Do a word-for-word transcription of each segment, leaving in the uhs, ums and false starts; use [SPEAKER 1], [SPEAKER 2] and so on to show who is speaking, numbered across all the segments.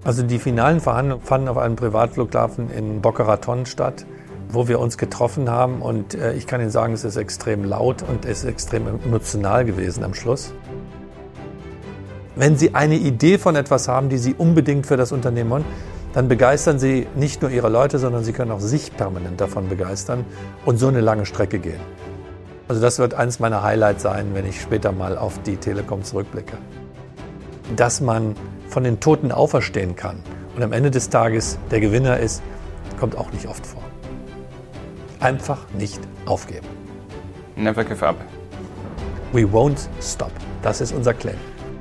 [SPEAKER 1] Also die finalen Verhandlungen fanden auf einem Privatflughafen in Boca Raton statt, wo wir uns getroffen haben. Und äh, ich kann Ihnen sagen, es ist extrem laut und es ist extrem emotional gewesen am Schluss. Wenn Sie eine Idee von etwas haben, die Sie unbedingt für das Unternehmen wollen, dann begeistern Sie nicht nur Ihre Leute, sondern Sie können auch sich permanent davon begeistern und so eine lange Strecke gehen. Also das wird eines meiner Highlights sein, wenn ich später mal auf die Telekom zurückblicke. Dass man von den Toten auferstehen kann und am Ende des Tages der Gewinner ist, kommt auch nicht oft vor. Einfach nicht aufgeben.
[SPEAKER 2] Never give up.
[SPEAKER 1] We won't stop. Das ist unser Claim.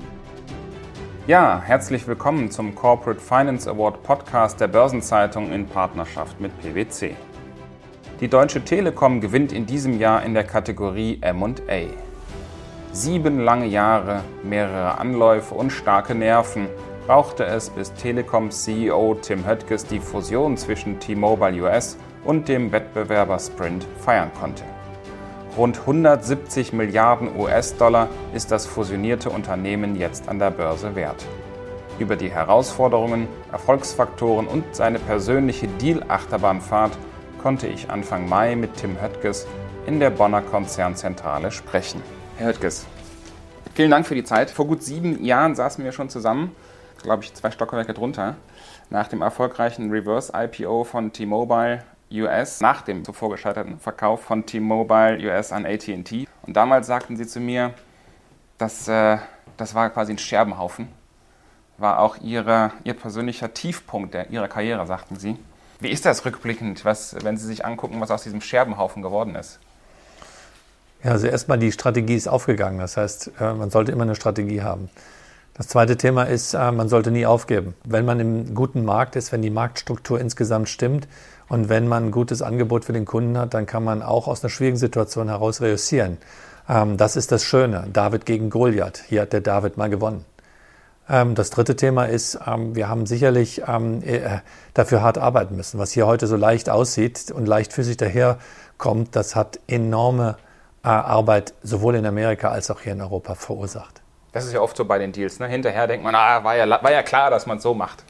[SPEAKER 2] Ja, herzlich willkommen zum Corporate Finance Award Podcast der Börsenzeitung in Partnerschaft mit P wC. Die Deutsche Telekom gewinnt in diesem Jahr in der Kategorie M und A. Sieben lange Jahre, mehrere Anläufe und starke Nerven brauchte es, bis Telekoms C E O Tim Höttges die Fusion zwischen T-Mobile U S und dem Wettbewerber Sprint feiern konnte. Rund hundertsiebzig Milliarden U S-Dollar ist das fusionierte Unternehmen jetzt an der Börse wert. Über die Herausforderungen, Erfolgsfaktoren und seine persönliche Deal-Achterbahnfahrt konnte ich Anfang Mai mit Tim Höttges in der Bonner Konzernzentrale sprechen. Herr Höttges, vielen Dank für die Zeit. Vor gut sieben Jahren saßen wir schon zusammen, glaube ich zwei Stockwerke drunter, nach dem erfolgreichen Reverse-I P O von T-Mobile U S, nach dem zuvor gescheiterten Verkauf von T-Mobile U S an A T and T. Und damals sagten Sie zu mir, dass äh, das war quasi ein Scherbenhaufen, war auch Ihre, Ihr persönlicher Tiefpunkt der, Ihrer Karriere, sagten Sie. Wie ist das rückblickend, was, wenn Sie sich angucken, was aus diesem Scherbenhaufen geworden ist?
[SPEAKER 1] Ja, also erstmal die Strategie ist aufgegangen. Das heißt, man sollte immer eine Strategie haben. Das zweite Thema ist, man sollte nie aufgeben. Wenn man im guten Markt ist, wenn die Marktstruktur insgesamt stimmt und wenn man ein gutes Angebot für den Kunden hat, dann kann man auch aus einer schwierigen Situation heraus reüssieren. Das ist das Schöne. David gegen Goliath. Hier hat der David mal gewonnen. Das dritte Thema ist, wir haben sicherlich dafür hart arbeiten müssen. Was hier heute so leicht aussieht und leichtfüßig daherkommt, das hat enorme Arbeit sowohl in Amerika als auch hier in Europa verursacht.
[SPEAKER 2] Das ist ja oft so bei den Deals. Ne? Hinterher denkt man, ah, war ja, war ja klar, dass man es so macht.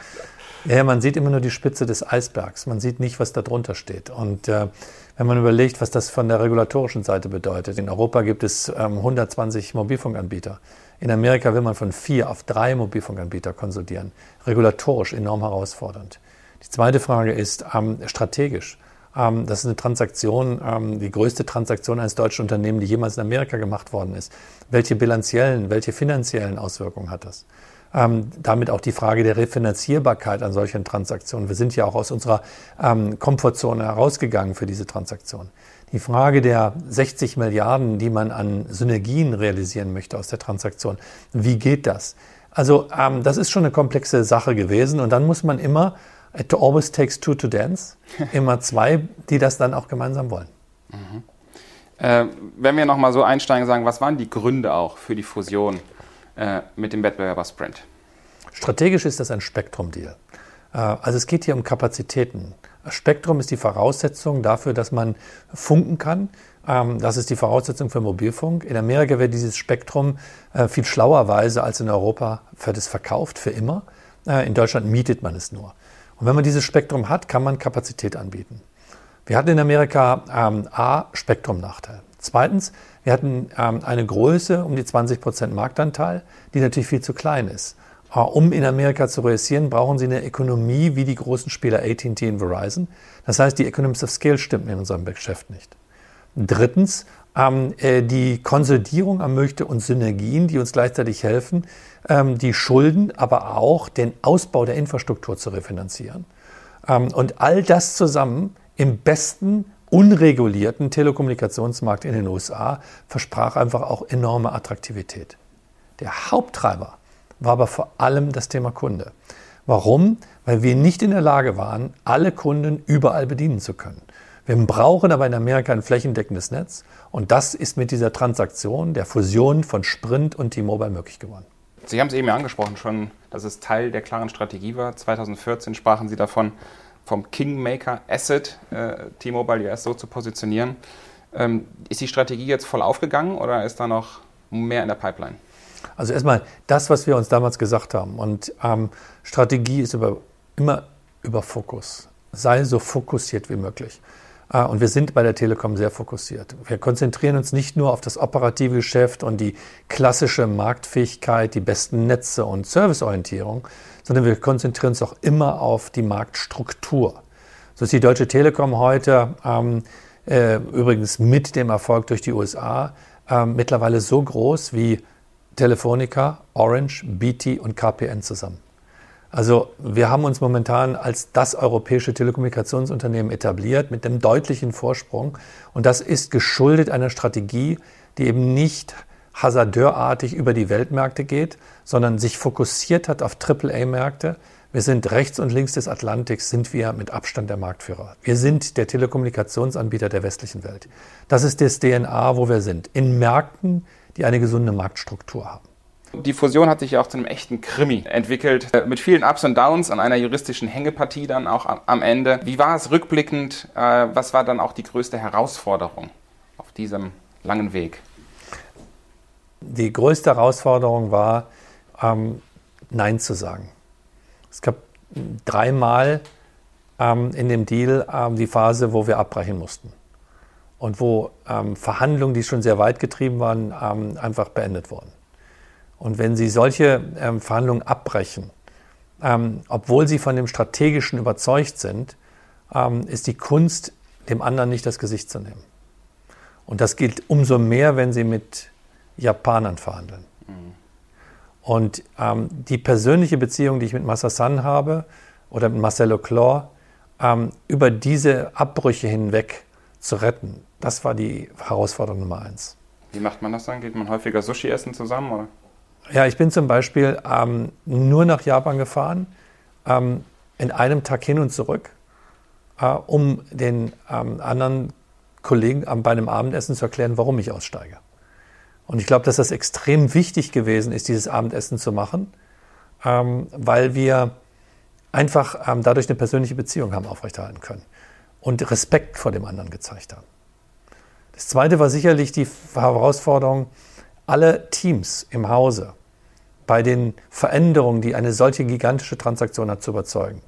[SPEAKER 1] Ja, man sieht immer nur die Spitze des Eisbergs. Man sieht nicht, was da drunter steht. Und äh, wenn man überlegt, was das von der regulatorischen Seite bedeutet. In Europa gibt es ähm, hundertzwanzig Mobilfunkanbieter. In Amerika will man von vier auf drei Mobilfunkanbieter konsolidieren. Regulatorisch enorm herausfordernd. Die zweite Frage ist ähm, strategisch. Ähm, das ist eine Transaktion, ähm, die größte Transaktion eines deutschen Unternehmens, die jemals in Amerika gemacht worden ist. Welche bilanziellen, welche finanziellen Auswirkungen hat das? Ähm, damit auch die Frage der Refinanzierbarkeit an solchen Transaktionen. Wir sind ja auch aus unserer ähm, Komfortzone herausgegangen für diese Transaktion. Die Frage der sechzig Milliarden, die man an Synergien realisieren möchte aus der Transaktion. Wie geht das? Also ähm, das ist schon eine komplexe Sache gewesen und dann muss man immer, it always takes two to dance, immer zwei, die das dann auch gemeinsam wollen.
[SPEAKER 2] Mhm. Äh, wenn wir nochmal so einsteigen, sagen, was waren die Gründe auch für die Fusion äh, mit dem Wettbewerber Sprint?
[SPEAKER 1] Strategisch ist das ein Spektrum-Deal. Äh, also es geht hier um Kapazitäten. Spektrum ist die Voraussetzung dafür, dass man funken kann. Ähm, das ist die Voraussetzung für Mobilfunk. In Amerika wird dieses Spektrum äh, viel schlauerweise als in Europa wird es verkauft, für immer. Äh, in Deutschland mietet man es nur. Und wenn man dieses Spektrum hat, kann man Kapazität anbieten. Wir hatten in Amerika ähm, A, Spektrumnachteil. Zweitens, wir hatten ähm, eine Größe um die zwanzig Prozent Marktanteil, die natürlich viel zu klein ist. Äh, um in Amerika zu reüssieren, brauchen Sie eine Ökonomie wie die großen Spieler A T and T und Verizon. Das heißt, die Economies of Scale stimmen in unserem Geschäft nicht. Drittens, ähm, äh, die Konsolidierung ermöglichte uns Synergien, die uns gleichzeitig helfen, ähm, die Schulden, aber auch den Ausbau der Infrastruktur zu refinanzieren. Ähm, und all das zusammen im besten unregulierten Telekommunikationsmarkt in den U S A versprach einfach auch enorme Attraktivität. Der Haupttreiber war aber vor allem das Thema Kunde. Warum? Weil wir nicht in der Lage waren, alle Kunden überall bedienen zu können. Wir brauchen aber in Amerika ein flächendeckendes Netz und das ist mit dieser Transaktion, der Fusion von Sprint und T-Mobile möglich geworden.
[SPEAKER 2] Sie haben es eben ja angesprochen schon, dass es Teil der klaren Strategie war. zweitausendvierzehn sprachen Sie davon, vom Kingmaker Asset äh, T-Mobile U S so zu positionieren. Ähm, ist die Strategie jetzt voll aufgegangen oder ist da noch mehr in der Pipeline?
[SPEAKER 1] Also erstmal das, was wir uns damals gesagt haben. Und ähm, Strategie ist über, immer über Fokus. Sei so fokussiert wie möglich. Äh, und wir sind bei der Telekom sehr fokussiert. Wir konzentrieren uns nicht nur auf das operative Geschäft und die klassische Marktfähigkeit, die besten Netze und Serviceorientierung, sondern wir konzentrieren uns auch immer auf die Marktstruktur. So ist die Deutsche Telekom heute, ähm, äh, übrigens mit dem Erfolg durch die U S A, äh, mittlerweile so groß wie Telefonica, Orange, B T und K P N zusammen. Also wir haben uns momentan als das europäische Telekommunikationsunternehmen etabliert mit einem deutlichen Vorsprung. Und das ist geschuldet einer Strategie, die eben nicht hasardeurartig über die Weltmärkte geht, sondern sich fokussiert hat auf Triple A Märkte. Wir sind rechts und links des Atlantiks, sind wir mit Abstand der Marktführer. Wir sind der Telekommunikationsanbieter der westlichen Welt. Das ist das D N A, wo wir sind. In Märkten, die eine gesunde Marktstruktur haben.
[SPEAKER 2] Die Fusion hat sich ja auch zu einem echten Krimi entwickelt, mit vielen Ups und Downs an einer juristischen Hängepartie dann auch am Ende. Wie war es rückblickend? Was war dann auch die größte Herausforderung auf diesem langen Weg?
[SPEAKER 1] Die größte Herausforderung war, ähm, Nein zu sagen. Es gab dreimal ähm, in dem Deal ähm, die Phase, wo wir abbrechen mussten. Und wo ähm, Verhandlungen, die schon sehr weit getrieben waren, ähm, einfach beendet wurden. Und wenn Sie solche ähm, Verhandlungen abbrechen, ähm, obwohl Sie von dem Strategischen überzeugt sind, ähm, ist die Kunst, dem anderen nicht das Gesicht zu nehmen. Und das gilt umso mehr, wenn Sie mit Japanern verhandeln. Mhm. Und ähm, die persönliche Beziehung, die ich mit Masa-san habe oder mit Marcelo Claure, ähm, über diese Abbrüche hinweg zu retten, das war die Herausforderung Nummer eins.
[SPEAKER 2] Wie macht man das dann? Geht man häufiger Sushi essen zusammen, oder?
[SPEAKER 1] Ja, ich bin zum Beispiel ähm, nur nach Japan gefahren, ähm, in einem Tag hin und zurück, äh, um den ähm, anderen Kollegen ähm, bei einem Abendessen zu erklären, warum ich aussteige. Und ich glaube, dass das extrem wichtig gewesen ist, dieses Abendessen zu machen, ähm, weil wir einfach ähm, dadurch eine persönliche Beziehung haben aufrechterhalten können und Respekt vor dem anderen gezeigt haben. Das Zweite war sicherlich die Herausforderung, alle Teams im Hause bei den Veränderungen, die eine solche gigantische Transaktion hat, zu überzeugen.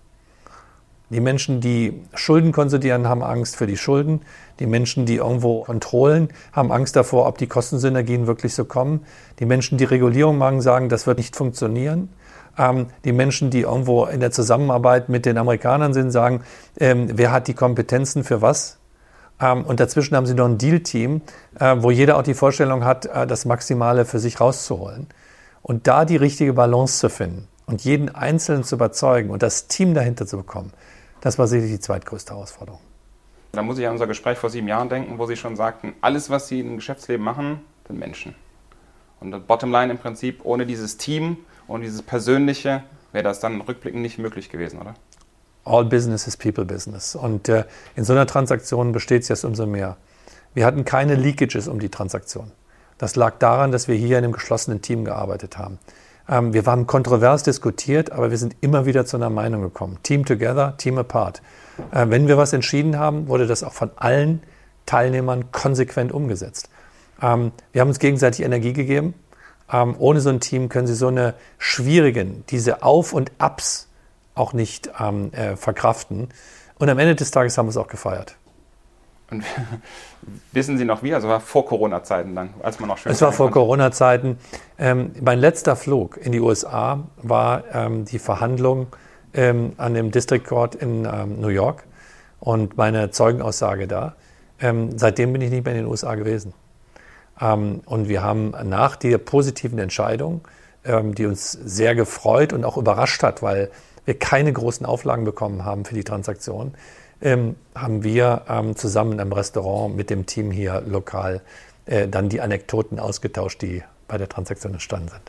[SPEAKER 1] Die Menschen, die Schulden konsolidieren, haben Angst für die Schulden. Die Menschen, die irgendwo Kontrollen, haben Angst davor, ob die Kostensynergien wirklich so kommen. Die Menschen, die Regulierung machen, sagen, das wird nicht funktionieren. Ähm, die Menschen, die irgendwo in der Zusammenarbeit mit den Amerikanern sind, sagen, ähm, wer hat die Kompetenzen für was? Ähm, und dazwischen haben sie noch ein Deal-Team, äh, wo jeder auch die Vorstellung hat, äh, das Maximale für sich rauszuholen. Und da die richtige Balance zu finden und jeden Einzelnen zu überzeugen und das Team dahinter zu bekommen, das war sicherlich die zweitgrößte Herausforderung.
[SPEAKER 2] Da muss ich an unser Gespräch vor sieben Jahren denken, wo Sie schon sagten, alles, was Sie im Geschäftsleben machen, sind Menschen. Und das Bottomline im Prinzip, ohne dieses Team, ohne dieses Persönliche, wäre das dann rückblickend nicht möglich gewesen, oder?
[SPEAKER 1] All business is people business. Und äh, in so einer Transaktion besteht es jetzt umso mehr. Wir hatten keine Leakages um die Transaktion. Das lag daran, dass wir hier in einem geschlossenen Team gearbeitet haben. Ähm, wir haben kontrovers diskutiert, aber wir sind immer wieder zu einer Meinung gekommen. Team together, Team apart. Äh, wenn wir was entschieden haben, wurde das auch von allen Teilnehmern konsequent umgesetzt. Ähm, wir haben uns gegenseitig Energie gegeben. Ähm, ohne so ein Team können Sie so eine schwierigen, diese Auf- und Ups auch nicht ähm, äh, verkraften. Und am Ende des Tages haben wir es auch gefeiert.
[SPEAKER 2] Und wissen Sie noch wie? Also war vor Corona-Zeiten dann, als man noch schön.
[SPEAKER 1] Es war vor Corona-Zeiten. Ähm, mein letzter Flug in die U S A war ähm, die Verhandlung ähm, an dem District Court in ähm, New York und meine Zeugenaussage da. Ähm, seitdem bin ich nicht mehr in den U S A gewesen. Ähm, und wir haben nach der positiven Entscheidung, ähm, die uns sehr gefreut und auch überrascht hat, weil wir keine großen Auflagen bekommen haben für die Transaktion, ähm, haben wir ähm, zusammen in einem Restaurant mit dem Team hier lokal äh, dann die Anekdoten ausgetauscht, die bei der Transaktion entstanden sind.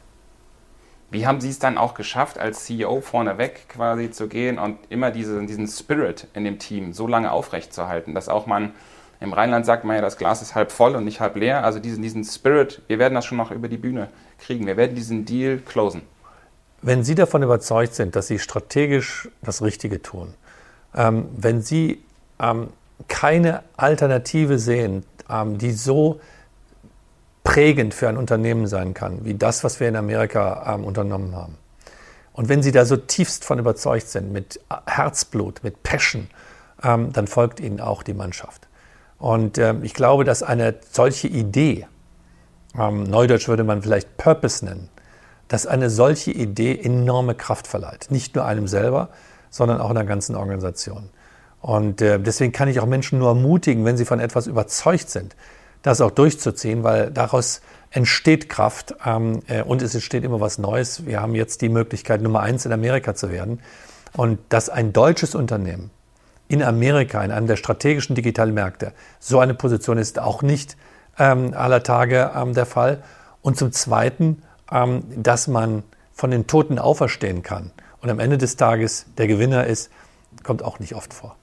[SPEAKER 2] Wie haben Sie es dann auch geschafft, als C E O vorneweg quasi zu gehen und immer diese, diesen Spirit in dem Team so lange aufrechtzuerhalten, dass auch man, im Rheinland sagt man ja, das Glas ist halb voll und nicht halb leer, also diesen, diesen Spirit, wir werden das schon noch über die Bühne kriegen, wir werden diesen Deal closen.
[SPEAKER 1] Wenn Sie davon überzeugt sind, dass Sie strategisch das Richtige tun, ähm, wenn Sie ähm, keine Alternative sehen, ähm, die so prägend für ein Unternehmen sein kann, wie das, was wir in Amerika ähm, unternommen haben. Und wenn Sie da so tiefst von überzeugt sind, mit Herzblut, mit Passion, ähm, dann folgt Ihnen auch die Mannschaft. Und ähm, ich glaube, dass eine solche Idee, ähm, neudeutsch würde man vielleicht Purpose nennen, dass eine solche Idee enorme Kraft verleiht. Nicht nur einem selber, sondern auch einer ganzen Organisation. Und äh, deswegen kann ich auch Menschen nur ermutigen, wenn sie von etwas überzeugt sind, das auch durchzuziehen, weil daraus entsteht Kraft ähm, äh, und es entsteht immer was Neues. Wir haben jetzt die Möglichkeit, Nummer eins in Amerika zu werden. Und dass ein deutsches Unternehmen in Amerika, in einem der strategischen Digitalmärkte, so eine Position ist auch nicht ähm, aller Tage ähm, der Fall. Und zum Zweiten, ähm, dass man von den Toten auferstehen kann und am Ende des Tages der Gewinner ist, kommt auch nicht oft vor.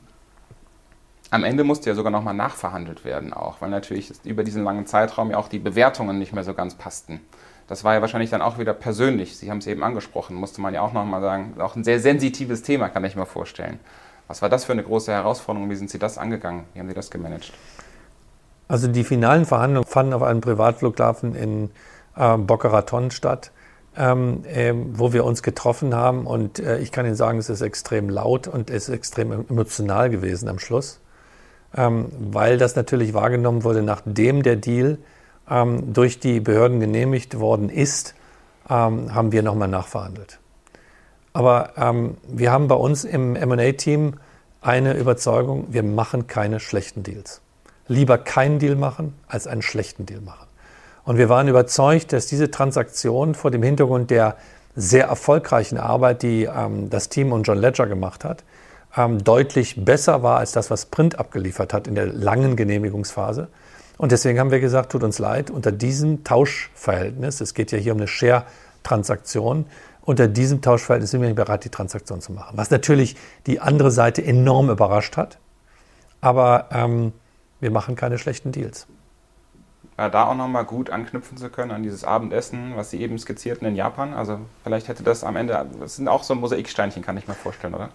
[SPEAKER 2] Am Ende musste ja sogar nochmal nachverhandelt werden auch, weil natürlich über diesen langen Zeitraum ja auch die Bewertungen nicht mehr so ganz passten. Das war ja wahrscheinlich dann auch wieder persönlich, Sie haben es eben angesprochen, musste man ja auch nochmal sagen, auch ein sehr sensitives Thema, kann ich mir vorstellen. Was war das für eine große Herausforderung, wie sind Sie das angegangen, wie haben Sie das gemanagt?
[SPEAKER 1] Also die finalen Verhandlungen fanden auf einem Privatflughafen in äh, Boca Raton statt, ähm, äh, wo wir uns getroffen haben und äh, ich kann Ihnen sagen, es ist extrem laut und es ist extrem emotional gewesen am Schluss. Ähm, weil das natürlich wahrgenommen wurde, nachdem der Deal ähm, durch die Behörden genehmigt worden ist, ähm, haben wir nochmal nachverhandelt. Aber ähm, wir haben bei uns im M und A-Team eine Überzeugung, wir machen keine schlechten Deals. Lieber keinen Deal machen, als einen schlechten Deal machen. Und wir waren überzeugt, dass diese Transaktion vor dem Hintergrund der sehr erfolgreichen Arbeit, die ähm, das Team und John Legere gemacht hat, Ähm, deutlich besser war als das, was Print abgeliefert hat in der langen Genehmigungsphase. Und deswegen haben wir gesagt, tut uns leid, unter diesem Tauschverhältnis, es geht ja hier um eine Share-Transaktion, unter diesem Tauschverhältnis sind wir nicht bereit, die Transaktion zu machen. Was natürlich die andere Seite enorm überrascht hat. Aber ähm, wir machen keine schlechten Deals.
[SPEAKER 2] War da auch nochmal gut anknüpfen zu können an dieses Abendessen, was Sie eben skizzierten in Japan? Also vielleicht hätte das am Ende, das sind auch so Mosaiksteinchen, kann ich mir vorstellen, oder?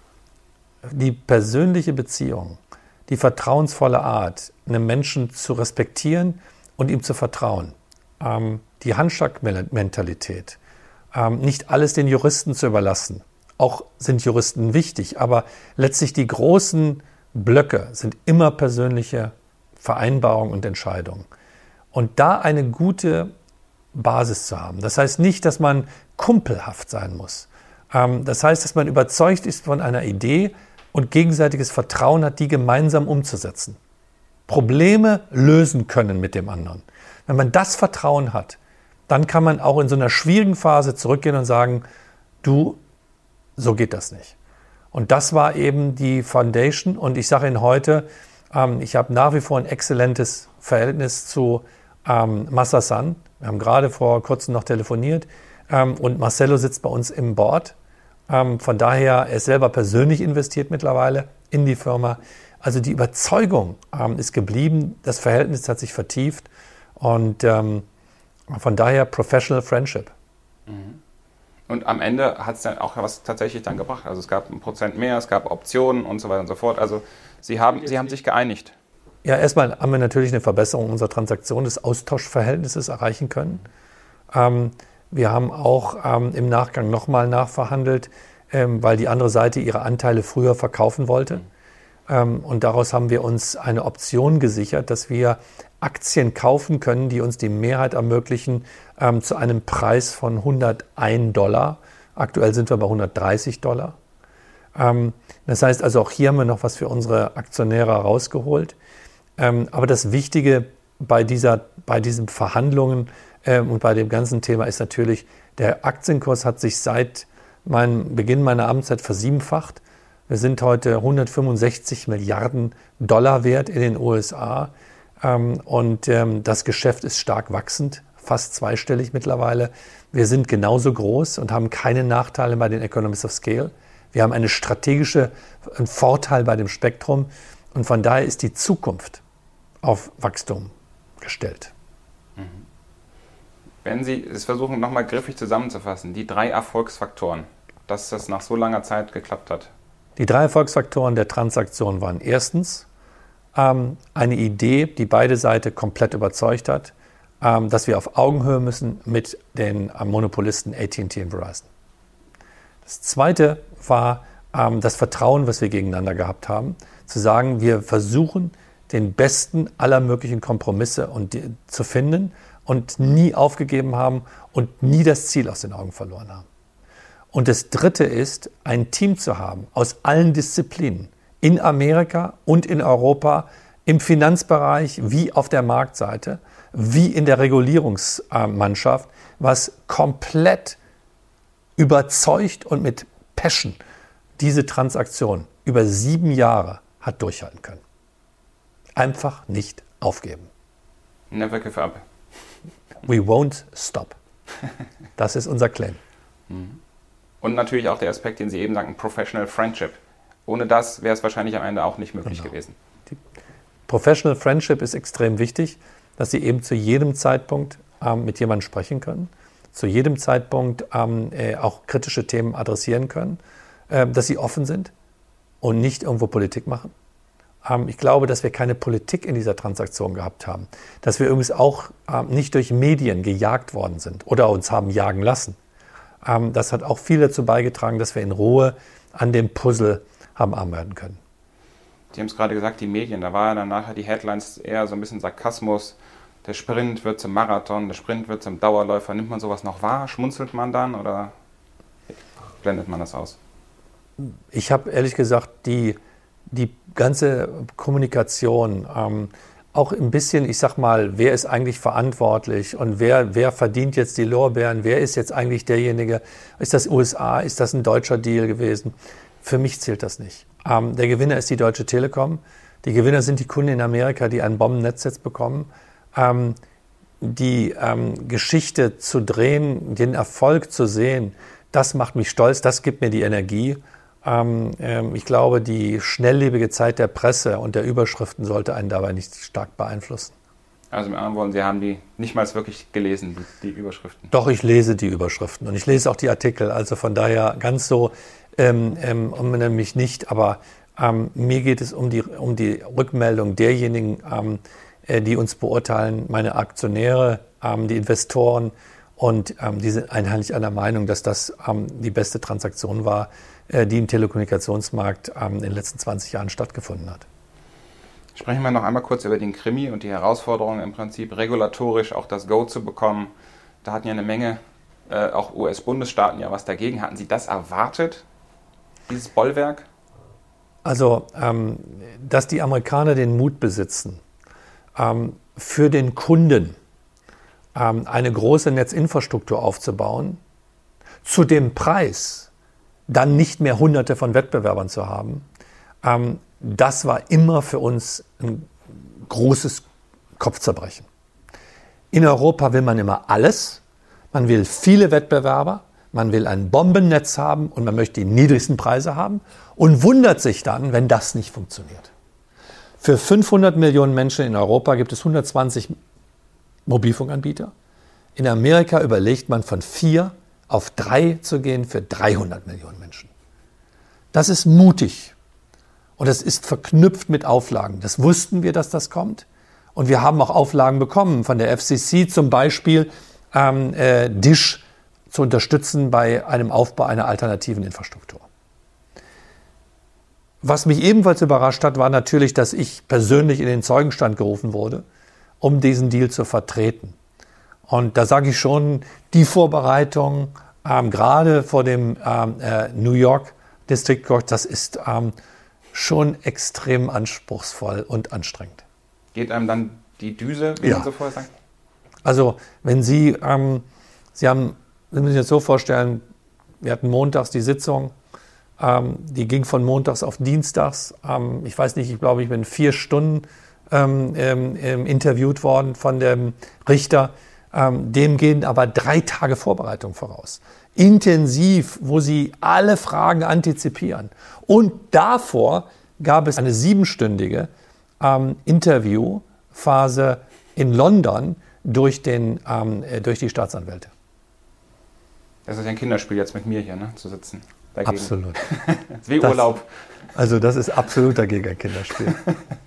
[SPEAKER 1] Die persönliche Beziehung, die vertrauensvolle Art, einem Menschen zu respektieren und ihm zu vertrauen, ähm, die Handschlagmentalität, ähm, nicht alles den Juristen zu überlassen. Auch sind Juristen wichtig, aber letztlich die großen Blöcke sind immer persönliche Vereinbarungen und Entscheidungen. Und da eine gute Basis zu haben, das heißt nicht, dass man kumpelhaft sein muss. Ähm, das heißt, dass man überzeugt ist von einer Idee, und gegenseitiges Vertrauen hat, die gemeinsam umzusetzen. Probleme lösen können mit dem anderen. Wenn man das Vertrauen hat, dann kann man auch in so einer schwierigen Phase zurückgehen und sagen, du, so geht das nicht. Und das war eben die Foundation. Und ich sage Ihnen heute, ähm, ich habe nach wie vor ein exzellentes Verhältnis zu ähm, Masa-san. Wir haben gerade vor kurzem noch telefoniert. Ähm, und Marcelo sitzt bei uns im Board. Ähm, von daher, er ist selber persönlich investiert mittlerweile in die Firma. Also die Überzeugung ähm, ist geblieben, das Verhältnis hat sich vertieft und ähm, von daher Professional Friendship.
[SPEAKER 2] Und am Ende hat es dann auch was tatsächlich dann gebracht. Also es gab ein Prozent mehr, es gab Optionen und so weiter und so fort. Also Sie haben, Sie haben sich geeinigt.
[SPEAKER 1] Ja, erstmal haben wir natürlich eine Verbesserung unserer Transaktion des Austauschverhältnisses erreichen können. Ähm, Wir haben auch ähm, im Nachgang nochmal nachverhandelt, ähm, weil die andere Seite ihre Anteile früher verkaufen wollte. Ähm, und daraus haben wir uns eine Option gesichert, dass wir Aktien kaufen können, die uns die Mehrheit ermöglichen, ähm, zu einem Preis von hundertein Dollar. Aktuell sind wir bei hundertdreißig Dollar. Ähm, das heißt also, auch hier haben wir noch was für unsere Aktionäre rausgeholt. Ähm, aber das Wichtige bei, dieser, bei diesen Verhandlungen und bei dem ganzen Thema ist natürlich, der Aktienkurs hat sich seit meinem Beginn meiner Amtszeit versiebenfacht. Wir sind heute hundertfünfundsechzig Milliarden Dollar wert in den U S A. Und das Geschäft ist stark wachsend, fast zweistellig mittlerweile. Wir sind genauso groß und haben keine Nachteile bei den Economies of Scale. Wir haben eine strategische einen Vorteil bei dem Spektrum. Und von daher ist die Zukunft auf Wachstum gestellt.
[SPEAKER 2] Wenn Sie es versuchen, nochmal griffig zusammenzufassen, die drei Erfolgsfaktoren, dass das nach so langer Zeit geklappt hat.
[SPEAKER 1] Die drei Erfolgsfaktoren der Transaktion waren erstens ähm, eine Idee, die beide Seiten komplett überzeugt hat, ähm, dass wir auf Augenhöhe müssen mit den äh, Monopolisten A T and T und Verizon. Das Zweite war ähm, das Vertrauen, was wir gegeneinander gehabt haben, zu sagen, wir versuchen, den besten aller möglichen Kompromisse und die, zu finden und nie aufgegeben haben und nie das Ziel aus den Augen verloren haben. Und das Dritte ist, ein Team zu haben aus allen Disziplinen, in Amerika und in Europa, im Finanzbereich wie auf der Marktseite, wie in der Regulierungsmannschaft, was komplett überzeugt und mit Passion diese Transaktion über sieben Jahre hat durchhalten können. Einfach nicht aufgeben.
[SPEAKER 2] Never give up.
[SPEAKER 1] We won't stop. Das ist unser Claim.
[SPEAKER 2] Und natürlich auch der Aspekt, den Sie eben sagten, Professional Friendship. Ohne das wäre es wahrscheinlich am Ende auch nicht möglich
[SPEAKER 1] genau.
[SPEAKER 2] gewesen.
[SPEAKER 1] Die Professional Friendship ist extrem wichtig, dass Sie eben zu jedem Zeitpunkt ähm, mit jemandem sprechen können, zu jedem Zeitpunkt ähm, äh, auch kritische Themen adressieren können, äh, dass Sie offen sind und nicht irgendwo Politik machen. Ähm, ich glaube, dass wir keine Politik in dieser Transaktion gehabt haben, dass wir übrigens auch ähm, nicht durch Medien gejagt worden sind oder uns haben jagen lassen. Ähm, das hat auch viel dazu beigetragen, dass wir in Ruhe an dem Puzzle haben arbeiten können.
[SPEAKER 2] Sie haben es gerade gesagt, die Medien, da war ja dann nachher die Headlines eher so ein bisschen Sarkasmus. Der Sprint wird zum Marathon, der Sprint wird zum Dauerläufer. Nimmt man sowas noch wahr? Schmunzelt man dann oder blendet man das aus?
[SPEAKER 1] Ich habe ehrlich gesagt die, die ganze Kommunikation, ähm, auch ein bisschen, ich sag mal, wer ist eigentlich verantwortlich und wer, wer verdient jetzt die Lorbeeren, wer ist jetzt eigentlich derjenige, ist das U S A, ist das ein deutscher Deal gewesen? Für mich zählt das nicht. Ähm, der Gewinner ist die Deutsche Telekom. Die Gewinner sind die Kunden in Amerika, die ein Bombennetz jetzt bekommen. Ähm, die ähm, Geschichte zu drehen, den Erfolg zu sehen, das macht mich stolz, das gibt mir die Energie. Ähm, ähm, ich glaube, die schnelllebige Zeit der Presse und der Überschriften sollte einen dabei nicht stark beeinflussen.
[SPEAKER 2] Also mit anderen Worten, Sie haben die nicht mal wirklich gelesen, die, die Überschriften?
[SPEAKER 1] Doch, ich lese die Überschriften und ich lese auch die Artikel. Also von daher ganz so ähm, ähm, um mich nicht, aber ähm, mir geht es um die, um die Rückmeldung derjenigen, ähm, äh, die uns beurteilen, meine Aktionäre, ähm, die Investoren, und ähm, die sind einheitlich einer Meinung, dass das ähm, die beste Transaktion war, äh, die im Telekommunikationsmarkt ähm, in den letzten zwanzig Jahren stattgefunden hat.
[SPEAKER 2] Sprechen wir noch einmal kurz über den Krimi und die Herausforderungen im Prinzip, regulatorisch auch das Go zu bekommen. Da hatten ja eine Menge, äh, auch U S-Bundesstaaten ja was dagegen. Hatten Sie das erwartet, dieses Bollwerk?
[SPEAKER 1] Also, ähm, dass die Amerikaner den Mut besitzen, ähm, für den Kunden ähm, eine große Netzinfrastruktur aufzubauen, zu dem Preis dann nicht mehr Hunderte von Wettbewerbern zu haben, ähm, das war immer für uns ein großes Kopfzerbrechen. In Europa will man immer alles, man will viele Wettbewerber, man will ein Bombennetz haben und man möchte die niedrigsten Preise haben und wundert sich dann, wenn das nicht funktioniert. Für fünfhundert Millionen Menschen in Europa gibt es hundertzwanzig Mobilfunkanbieter. In Amerika überlegt man, von vier auf drei zu gehen für dreihundert Millionen Menschen. Das ist mutig und das ist verknüpft mit Auflagen. Das wussten wir, dass das kommt, und wir haben auch Auflagen bekommen von der F C C, zum Beispiel ähm, äh, Dish zu unterstützen bei einem Aufbau einer alternativen Infrastruktur. Was mich ebenfalls überrascht hat, war natürlich, dass ich persönlich in den Zeugenstand gerufen wurde, um diesen Deal zu vertreten. Und da sage ich schon, die Vorbereitung, ähm, gerade vor dem ähm, äh, New York District Court, das ist ähm, schon extrem anspruchsvoll und anstrengend.
[SPEAKER 2] Geht einem dann die Düse, wie
[SPEAKER 1] ja.
[SPEAKER 2] man so vorher sagt?
[SPEAKER 1] Also wenn Sie, ähm, Sie haben, Sie müssen sich das so vorstellen, wir hatten montags die Sitzung, ähm, die ging von montags auf dienstags. Ähm, ich weiß nicht, ich glaube, ich bin vier Stunden ähm, ähm, interviewt worden von dem Richter. Ähm, dem gehen aber drei Tage Vorbereitung voraus. Intensiv, wo Sie alle Fragen antizipieren. Und davor gab es eine siebenstündige ähm, Interviewphase in London durch, den, ähm, durch die Staatsanwälte.
[SPEAKER 2] Das ist ein Kinderspiel jetzt mit mir hier, ne, zu sitzen. Dagegen.
[SPEAKER 1] Absolut.
[SPEAKER 2] Wie Urlaub.
[SPEAKER 1] Das, also das ist absolut dagegen ein Kinderspiel.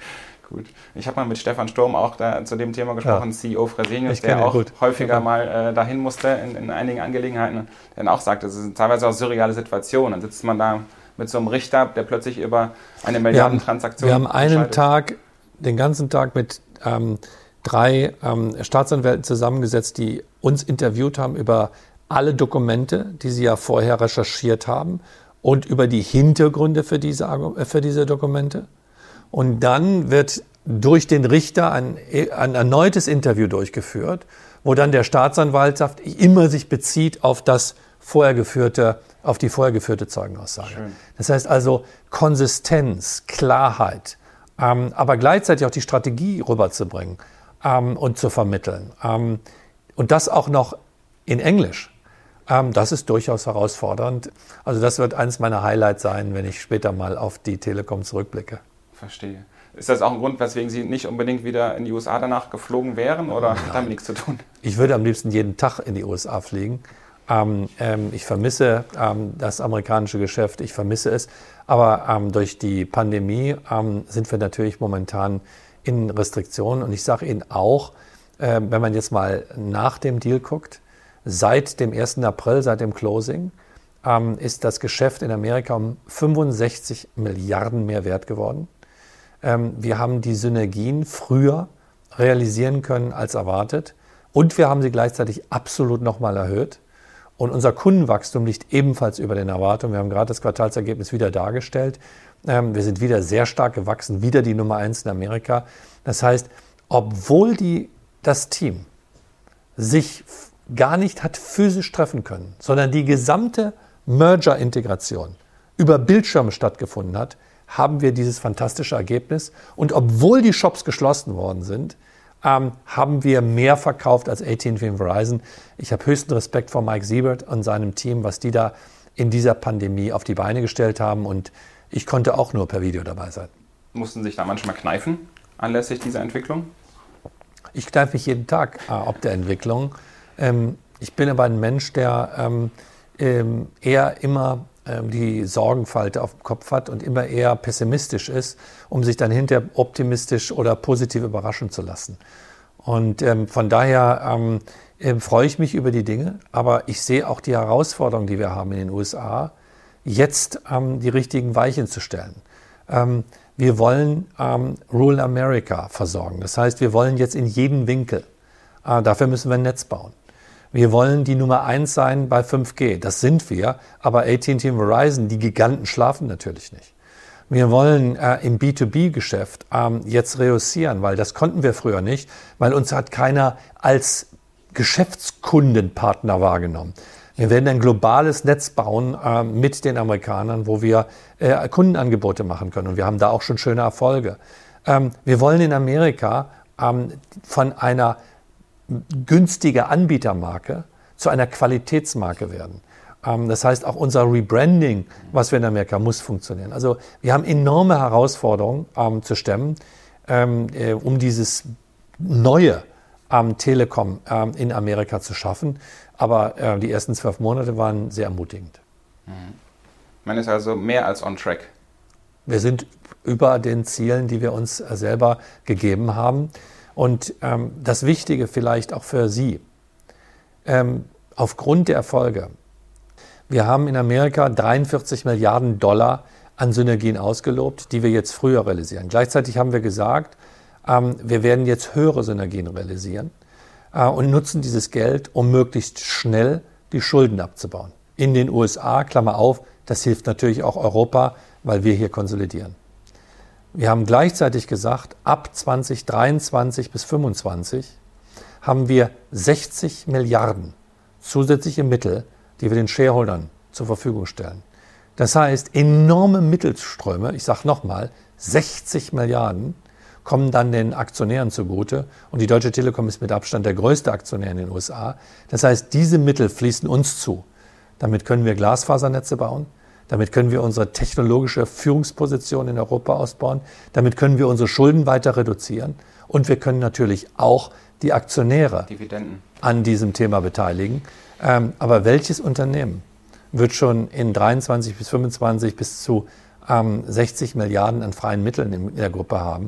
[SPEAKER 2] Gut. Ich habe mal mit Stefan Sturm auch da zu dem Thema gesprochen, ja. C E O Fresenius, der auch
[SPEAKER 1] gut.
[SPEAKER 2] häufiger
[SPEAKER 1] ja.
[SPEAKER 2] mal äh, dahin musste in, in einigen Angelegenheiten, der dann auch sagte, das sind teilweise auch surreale Situationen. Dann sitzt man da mit so einem Richter, der plötzlich über eine Milliardentransaktion
[SPEAKER 1] Wir haben, wir haben einen Tag, den ganzen Tag mit ähm, drei ähm, Staatsanwälten zusammengesetzt, die uns interviewt haben über alle Dokumente, die sie ja vorher recherchiert haben und über die Hintergründe für diese, für diese Dokumente. Und dann wird durch den Richter ein, ein erneutes Interview durchgeführt, wo dann der Staatsanwalt sagt, immer sich bezieht auf das vorher geführte, auf die vorher geführte Zeugenaussage. Schön. Das heißt also Konsistenz, Klarheit, ähm, aber gleichzeitig auch die Strategie rüberzubringen ähm, und zu vermitteln. Ähm, und das auch noch in Englisch. Ähm, das ist durchaus herausfordernd. Also das wird eines meiner Highlights sein, wenn ich später mal auf die Telekom zurückblicke.
[SPEAKER 2] Verstehe. Ist das auch ein Grund, weswegen Sie nicht unbedingt wieder in die U S A danach geflogen wären oder Nein. hat damit nichts zu tun?
[SPEAKER 1] Ich würde am liebsten jeden Tag in die U S A fliegen. Ähm, ähm, ich vermisse ähm, das amerikanische Geschäft, ich vermisse es. Aber ähm, durch die Pandemie ähm, sind wir natürlich momentan in Restriktionen. Und ich sage Ihnen auch, äh, wenn man jetzt mal nach dem Deal guckt, seit dem ersten April, seit dem Closing, ähm, ist das Geschäft in Amerika um fünfundsechzig Milliarden mehr wert geworden. Wir haben die Synergien früher realisieren können als erwartet und wir haben sie gleichzeitig absolut nochmal erhöht. Und unser Kundenwachstum liegt ebenfalls über den Erwartungen. Wir haben gerade das Quartalsergebnis wieder dargestellt. Wir sind wieder sehr stark gewachsen, wieder die Nummer eins in Amerika. Das heißt, obwohl die, das Team sich gar nicht hat physisch treffen können, sondern die gesamte Merger-Integration über Bildschirme stattgefunden hat, haben wir dieses fantastische Ergebnis. Und obwohl die Shops geschlossen worden sind, ähm, haben wir mehr verkauft als A T and T und Verizon. Ich habe höchsten Respekt vor Mike Siebert und seinem Team, was die da in dieser Pandemie auf die Beine gestellt haben. Und ich konnte auch nur per Video dabei sein.
[SPEAKER 2] Mussten Sie sich da manchmal kneifen anlässlich dieser Entwicklung?
[SPEAKER 1] Ich kneife mich jeden Tag äh, ob der Entwicklung. Ähm, ich bin aber ein Mensch, der ähm, ähm, eher immer die Sorgenfalte auf dem Kopf hat und immer eher pessimistisch ist, um sich dann hinterher optimistisch oder positiv überraschen zu lassen. Und ähm, von daher ähm, äh, freue ich mich über die Dinge, aber ich sehe auch die Herausforderungen, die wir haben in den U S A, jetzt ähm, die richtigen Weichen zu stellen. Ähm, wir wollen ähm, Rural America versorgen. Das heißt, wir wollen jetzt in jeden Winkel. Äh, dafür müssen wir ein Netz bauen. Wir wollen die Nummer eins sein bei fünf G. Das sind wir, aber A T and T und Verizon, die Giganten, schlafen natürlich nicht. Wir wollen äh, im B zwei B-Geschäft ähm, jetzt reüssieren, weil das konnten wir früher nicht, weil uns hat keiner als Geschäftskundenpartner wahrgenommen. Wir werden ein globales Netz bauen äh, mit den Amerikanern, wo wir äh, Kundenangebote machen können. Und wir haben da auch schon schöne Erfolge. Ähm, wir wollen in Amerika ähm, von einer günstige Anbietermarke zu einer Qualitätsmarke werden. Das heißt, auch unser Rebranding, was wir in Amerika, muss funktionieren. Also wir haben enorme Herausforderungen ähm, zu stemmen, ähm, äh, um dieses neue ähm, Telekom ähm, in Amerika zu schaffen. Aber äh, die ersten zwölf Monate waren sehr ermutigend.
[SPEAKER 2] Man ist also mehr als on track.
[SPEAKER 1] Wir sind über den Zielen, die wir uns äh, selber gegeben haben. Und ähm, das Wichtige vielleicht auch für Sie, ähm, aufgrund der Erfolge, wir haben in Amerika dreiundvierzig Milliarden Dollar an Synergien ausgelobt, die wir jetzt früher realisieren. Gleichzeitig haben wir gesagt, ähm, wir werden jetzt höhere Synergien realisieren äh, und nutzen dieses Geld, um möglichst schnell die Schulden abzubauen. In den U S A, Klammer auf, das hilft natürlich auch Europa, weil wir hier konsolidieren. Wir haben gleichzeitig gesagt, ab zwanzig dreiundzwanzig bis fünfundzwanzig haben wir sechzig Milliarden zusätzliche Mittel, die wir den Shareholdern zur Verfügung stellen. Das heißt, enorme Mittelströme, ich sage nochmal, sechzig Milliarden kommen dann den Aktionären zugute. Und die Deutsche Telekom ist mit Abstand der größte Aktionär in den U S A. Das heißt, diese Mittel fließen uns zu. Damit können wir Glasfasernetze bauen. Damit können wir unsere technologische Führungsposition in Europa ausbauen. Damit können wir unsere Schulden weiter reduzieren. Und wir können natürlich auch die Aktionäre
[SPEAKER 2] Dividenden
[SPEAKER 1] an diesem Thema beteiligen. Ähm, aber welches Unternehmen wird schon in dreiundzwanzig bis fünfundzwanzig bis zu ähm, sechzig Milliarden an freien Mitteln in, in der Gruppe haben?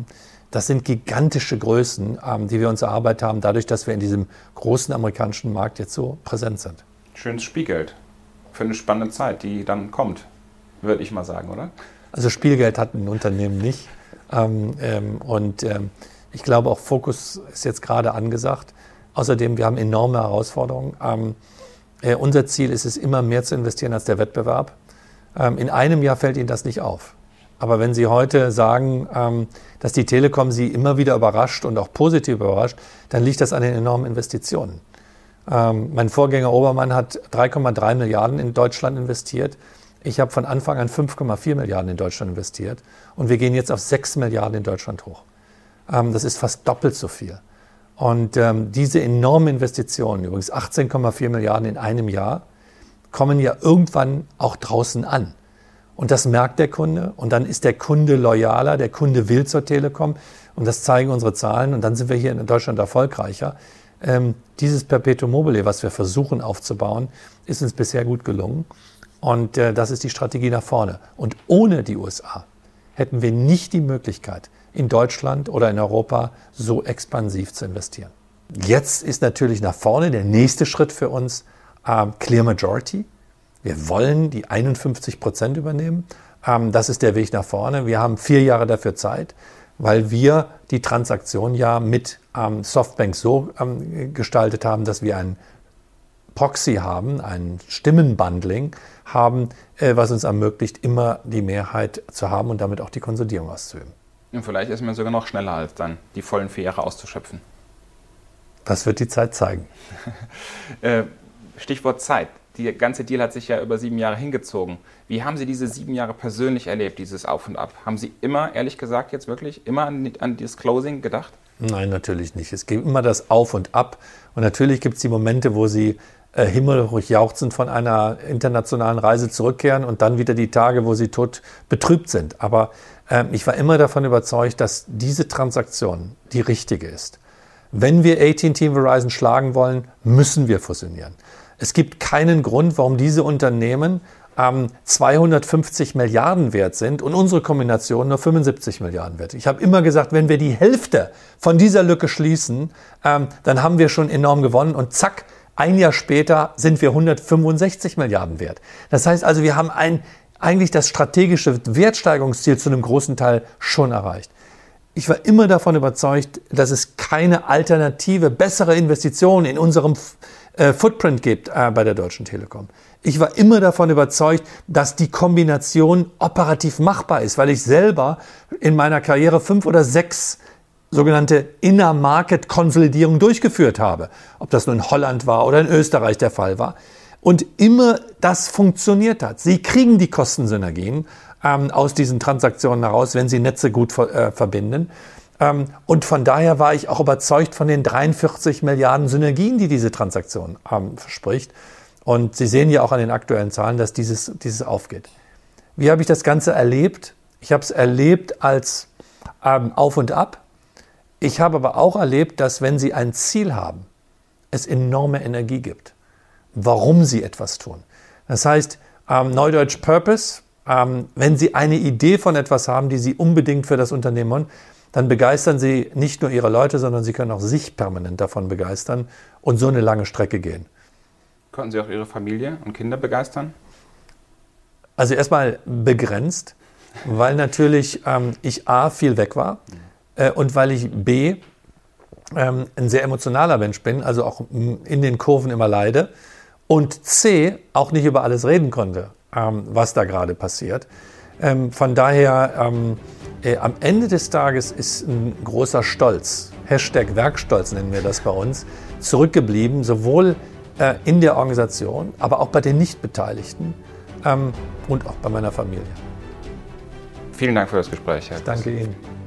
[SPEAKER 1] das sind gigantische Größen, ähm, die wir uns erarbeitet haben, dadurch, dass wir in diesem großen amerikanischen Markt jetzt so präsent sind.
[SPEAKER 2] Schönes Spielgeld für eine spannende Zeit, die dann kommt, würde ich mal sagen, oder?
[SPEAKER 1] Also Spielgeld hat ein Unternehmen nicht. Ähm, ähm, und ähm, ich glaube auch Fokus ist jetzt gerade angesagt. Außerdem, wir haben enorme Herausforderungen. Ähm, äh, unser Ziel ist es, immer mehr zu investieren als der Wettbewerb. Ähm, in einem Jahr fällt Ihnen das nicht auf. Aber wenn Sie heute sagen, ähm, dass die Telekom Sie immer wieder überrascht und auch positiv überrascht, dann liegt das an den enormen Investitionen. Ähm, mein Vorgänger Obermann hat drei Komma drei Milliarden in Deutschland investiert. Ich habe von Anfang an fünf Komma vier Milliarden in Deutschland investiert und wir gehen jetzt auf sechs Milliarden in Deutschland hoch. Ähm, das ist fast doppelt so viel. Und ähm, diese enormen Investitionen, übrigens achtzehn Komma vier Milliarden in einem Jahr, kommen ja irgendwann auch draußen an. Und das merkt der Kunde und dann ist der Kunde loyaler, der Kunde will zur Telekom und das zeigen unsere Zahlen und dann sind wir hier in Deutschland erfolgreicher. Ähm, dieses Perpetuum mobile, was wir versuchen aufzubauen, ist uns bisher gut gelungen. Und äh, das ist die Strategie nach vorne. Und ohne die U S A hätten wir nicht die Möglichkeit, in Deutschland oder in Europa so expansiv zu investieren. Jetzt ist natürlich nach vorne der nächste Schritt für uns äh, Clear Majority. Wir wollen die einundfünfzig Prozent übernehmen. Ähm, das ist der Weg nach vorne. Wir haben vier Jahre dafür Zeit, weil wir die Transaktion ja mit ähm, Softbank so ähm, gestaltet haben, dass wir ein Proxy haben, ein Stimmenbundling haben, äh, was uns ermöglicht, immer die Mehrheit zu haben und damit auch die Konsolidierung auszuüben.
[SPEAKER 2] Und vielleicht ist man sogar noch schneller, als dann die vollen vier Jahre auszuschöpfen.
[SPEAKER 1] Das wird die Zeit zeigen.
[SPEAKER 2] Stichwort Zeit. Der ganze Deal hat sich ja über sieben Jahre hingezogen. Wie haben Sie diese sieben Jahre persönlich erlebt, dieses Auf und Ab? Haben Sie immer, ehrlich gesagt jetzt wirklich, immer an, an dieses Closing gedacht?
[SPEAKER 1] Nein, natürlich nicht. Es gibt immer das Auf und Ab. Und natürlich gibt es die Momente, wo Sie äh, himmelruhig jauchzend von einer internationalen Reise zurückkehren und dann wieder die Tage, wo Sie tot betrübt sind. Aber äh, ich war immer davon überzeugt, dass diese Transaktion die richtige ist. Wenn wir A T and T und Verizon schlagen wollen, müssen wir fusionieren. Es gibt keinen Grund, warum diese Unternehmen ähm, zweihundertfünfzig Milliarden wert sind und unsere Kombination nur fünfundsiebzig Milliarden wert. Ich habe immer gesagt, wenn wir die Hälfte von dieser Lücke schließen, ähm, dann haben wir schon enorm gewonnen und zack, ein Jahr später sind wir hundertfünfundsechzig Milliarden wert. Das heißt also, wir haben ein, eigentlich das strategische Wertsteigerungsziel zu einem großen Teil schon erreicht. Ich war immer davon überzeugt, dass es keine alternative, bessere Investition in unserem äh, Footprint gibt äh, bei der Deutschen Telekom. Ich war immer davon überzeugt, dass die Kombination operativ machbar ist, weil ich selber in meiner Karriere fünf oder sechs sogenannte Inner-Market-Konsolidierung durchgeführt habe. Ob das nun in Holland war oder in Österreich der Fall war. Und immer das funktioniert hat. Sie kriegen die Kostensynergien ähm, aus diesen Transaktionen heraus, wenn Sie Netze gut äh, verbinden. Ähm, und von daher war ich auch überzeugt von den dreiundvierzig Milliarden Synergien, die diese Transaktion ähm, verspricht. Und Sie sehen ja auch an den aktuellen Zahlen, dass dieses, dieses aufgeht. Wie habe ich das Ganze erlebt? Ich habe es erlebt als ähm, Auf und Ab. Ich habe aber auch erlebt, dass wenn Sie ein Ziel haben, es enorme Energie gibt, warum Sie etwas tun. Das heißt, ähm, Neudeutsch Purpose, ähm, wenn Sie eine Idee von etwas haben, die Sie unbedingt für das Unternehmen wollen, dann begeistern Sie nicht nur Ihre Leute, sondern Sie können auch sich permanent davon begeistern und so eine lange Strecke gehen.
[SPEAKER 2] Konnten Sie auch Ihre Familie und Kinder begeistern?
[SPEAKER 1] Also erstmal begrenzt, weil natürlich ähm, ich A, viel weg war äh, und weil ich B, ähm, ein sehr emotionaler Mensch bin, also auch in den Kurven immer leide und C, auch nicht über alles reden konnte, ähm, was da gerade passiert. Ähm, von daher, ähm, äh, am Ende des Tages ist ein großer Stolz, Hashtag Werkstolz nennen wir das bei uns, zurückgeblieben, sowohl äh, in der Organisation, aber auch bei den Nichtbeteiligten ähm, und auch bei meiner Familie.
[SPEAKER 2] Vielen Dank für das Gespräch, Herr
[SPEAKER 1] Danke Ihnen.